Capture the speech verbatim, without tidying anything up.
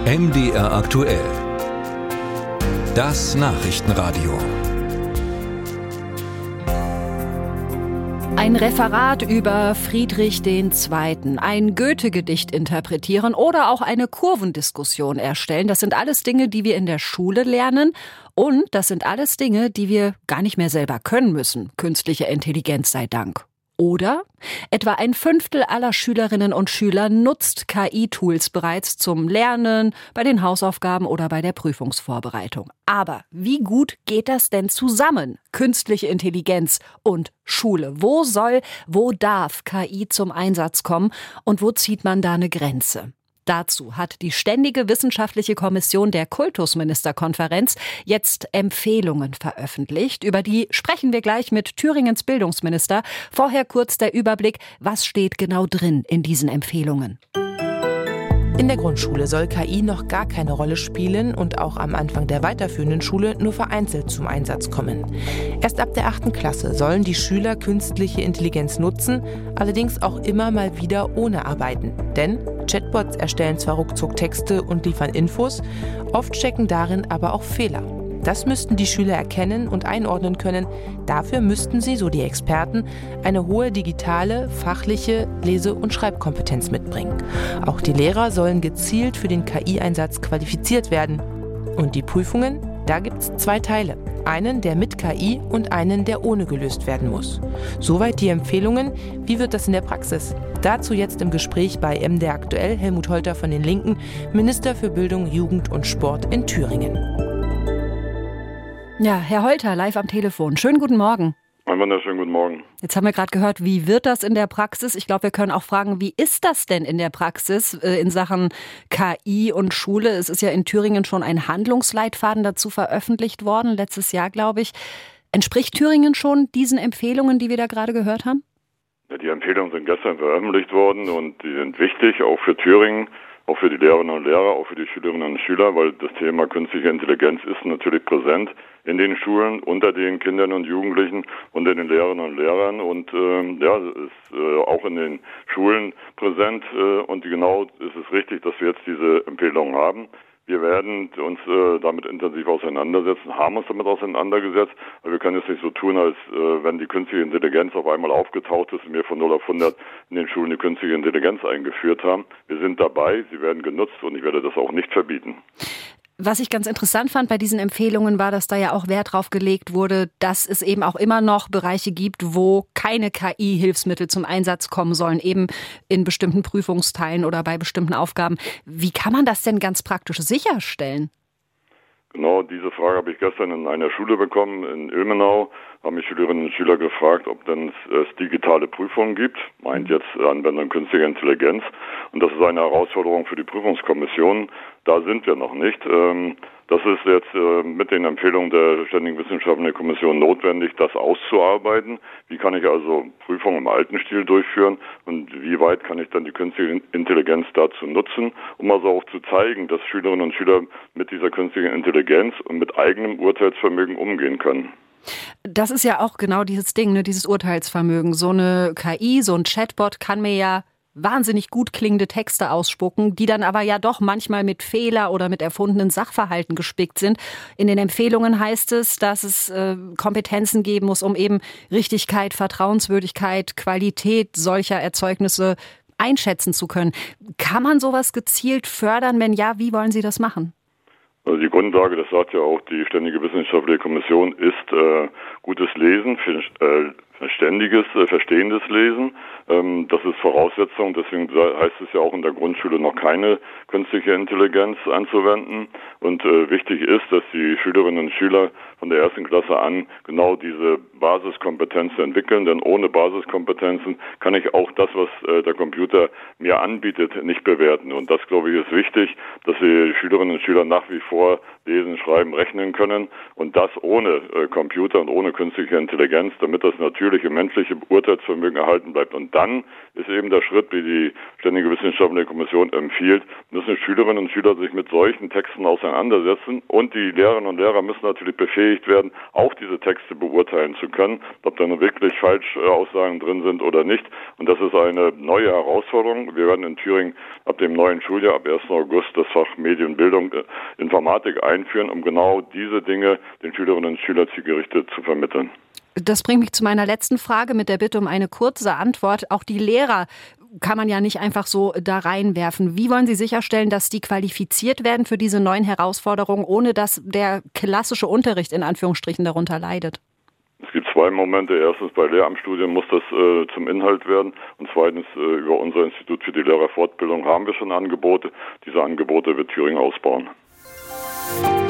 M D R aktuell. Das Nachrichtenradio. Ein Referat über Friedrich der Zweite., ein Goethe-Gedicht interpretieren oder auch eine Kurvendiskussion erstellen. Das sind alles Dinge, die wir in der Schule lernen. Und das sind alles Dinge, die wir gar nicht mehr selber können müssen. Künstliche Intelligenz sei Dank. Oder etwa ein Fünftel aller Schülerinnen und Schüler nutzt K I-Tools bereits zum Lernen, bei den Hausaufgaben oder bei der Prüfungsvorbereitung. Aber wie gut geht das denn zusammen? Künstliche Intelligenz und Schule. Wo soll, wo darf K I zum Einsatz kommen und wo zieht man da eine Grenze? Dazu hat die Ständige Wissenschaftliche Kommission der Kultusministerkonferenz jetzt Empfehlungen veröffentlicht. Über die sprechen wir gleich mit Thüringens Bildungsminister. Vorher kurz der Überblick, was steht genau drin in diesen Empfehlungen. In der Grundschule soll K I noch gar keine Rolle spielen und auch am Anfang der weiterführenden Schule nur vereinzelt zum Einsatz kommen. Erst ab der achten Klasse sollen die Schüler künstliche Intelligenz nutzen, allerdings auch immer mal wieder ohne arbeiten. Denn Chatbots erstellen zwar ruckzuck Texte und liefern Infos, oft stecken darin aber auch Fehler. Das müssten die Schüler erkennen und einordnen können. Dafür müssten sie, so die Experten, eine hohe digitale, fachliche Lese- und Schreibkompetenz mitbringen. Auch die Lehrer sollen gezielt für den K I-Einsatz qualifiziert werden. Und die Prüfungen? Da gibt es zwei Teile. Einen, der mit K I und einen, der ohne gelöst werden muss. Soweit die Empfehlungen. Wie wird das in der Praxis? Dazu jetzt im Gespräch bei M D R aktuell Helmut Holter von den Linken, Minister für Bildung, Jugend und Sport in Thüringen. Ja, Herr Holter, live am Telefon. Schönen guten Morgen. Einen wunderschönen guten Morgen. Jetzt haben wir gerade gehört, wie wird das in der Praxis? Ich glaube, wir können auch fragen, wie ist das denn in der Praxis äh, in Sachen K I und Schule? Es ist ja in Thüringen schon ein Handlungsleitfaden dazu veröffentlicht worden, letztes Jahr, glaube ich. Entspricht Thüringen schon diesen Empfehlungen, die wir da gerade gehört haben? Ja, die Empfehlungen sind gestern veröffentlicht worden und die sind wichtig, auch für Thüringen. Auch für die Lehrerinnen und Lehrer, auch für die Schülerinnen und Schüler, weil das Thema künstliche Intelligenz ist natürlich präsent in den Schulen, unter den Kindern und Jugendlichen und in den Lehrerinnen und Lehrern und ähm, ja, ist äh, auch in den Schulen präsent äh, und genau ist es richtig, dass wir jetzt diese Empfehlungen haben. Wir werden uns äh, damit intensiv auseinandersetzen, haben uns damit auseinandergesetzt, aber wir können jetzt nicht so tun, als äh, wenn die künstliche Intelligenz auf einmal aufgetaucht ist und wir von null auf hundert in den Schulen die künstliche Intelligenz eingeführt haben. Wir sind dabei, sie werden genutzt und ich werde das auch nicht verbieten. Was ich ganz interessant fand bei diesen Empfehlungen war, dass da ja auch Wert drauf gelegt wurde, dass es eben auch immer noch Bereiche gibt, wo keine K I-Hilfsmittel zum Einsatz kommen sollen, eben in bestimmten Prüfungsteilen oder bei bestimmten Aufgaben. Wie kann man das denn ganz praktisch sicherstellen? Genau, diese Frage habe ich gestern in einer Schule bekommen, in Ilmenau. Haben mich Schülerinnen und Schüler gefragt, ob denn es digitale Prüfungen gibt, meint jetzt Anwendung künstlicher Intelligenz. Und das ist eine Herausforderung für die Prüfungskommission. Da sind wir noch nicht. Das ist jetzt mit den Empfehlungen der Ständigen Wissenschaftlichen Kommission notwendig, das auszuarbeiten. Wie kann ich also Prüfungen im alten Stil durchführen und wie weit kann ich dann die künstliche Intelligenz dazu nutzen, um also auch zu zeigen, dass Schülerinnen und Schüler mit dieser künstlichen Intelligenz und mit eigenem Urteilsvermögen umgehen können. Das ist ja auch genau dieses Ding, ne, dieses Urteilsvermögen. So eine K I, so ein Chatbot kann mir ja wahnsinnig gut klingende Texte ausspucken, die dann aber ja doch manchmal mit Fehler oder mit erfundenen Sachverhalten gespickt sind. In den Empfehlungen heißt es, dass es äh, Kompetenzen geben muss, um eben Richtigkeit, Vertrauenswürdigkeit, Qualität solcher Erzeugnisse einschätzen zu können. Kann man sowas gezielt fördern? Wenn ja, wie wollen Sie das machen? Also die Grundlage, das sagt ja auch die Ständige Wissenschaftliche Kommission, ist äh, gutes Lesen, äh, verständiges, äh, verstehendes Lesen. Ähm, das ist Voraussetzung, deswegen heißt es ja auch in der Grundschule noch keine künstliche Intelligenz anzuwenden. Und äh, wichtig ist, dass die Schülerinnen und Schüler von der ersten Klasse an genau diese Basiskompetenzen entwickeln, denn ohne Basiskompetenzen kann ich auch das, was äh, der Computer mir anbietet, nicht bewerten. Und das, glaube ich, ist wichtig, dass die Schülerinnen und Schüler nach wie vor lesen, schreiben, rechnen können und das ohne äh, Computer und ohne künstliche Intelligenz, damit das natürlich natürliche menschliche Urteilsvermögen erhalten bleibt. Und dann ist eben der Schritt, wie die Ständige Wissenschaftliche Kommission empfiehlt, müssen Schülerinnen und Schüler sich mit solchen Texten auseinandersetzen und die Lehrerinnen und Lehrer müssen natürlich befähigt werden, auch diese Texte beurteilen zu können, ob da nun wirklich Falschaussagen drin sind oder nicht. Und das ist eine neue Herausforderung. Wir werden in Thüringen ab dem neuen Schuljahr, ab ersten August, das Fach Medienbildung, äh, Informatik einführen, um genau diese Dinge den Schülerinnen und Schülern zielgerichtet zu vermitteln. Das bringt mich zu meiner letzten Frage mit der Bitte um eine kurze Antwort. Auch die Lehrer kann man ja nicht einfach so da reinwerfen. Wie wollen Sie sicherstellen, dass die qualifiziert werden für diese neuen Herausforderungen, ohne dass der klassische Unterricht in Anführungsstrichen darunter leidet? Es gibt zwei Momente. Erstens, bei Lehramtsstudien muss das äh, zum Inhalt werden. Und zweitens, äh, über unser Institut für die Lehrerfortbildung haben wir schon Angebote. Diese Angebote wird Thüringen ausbauen.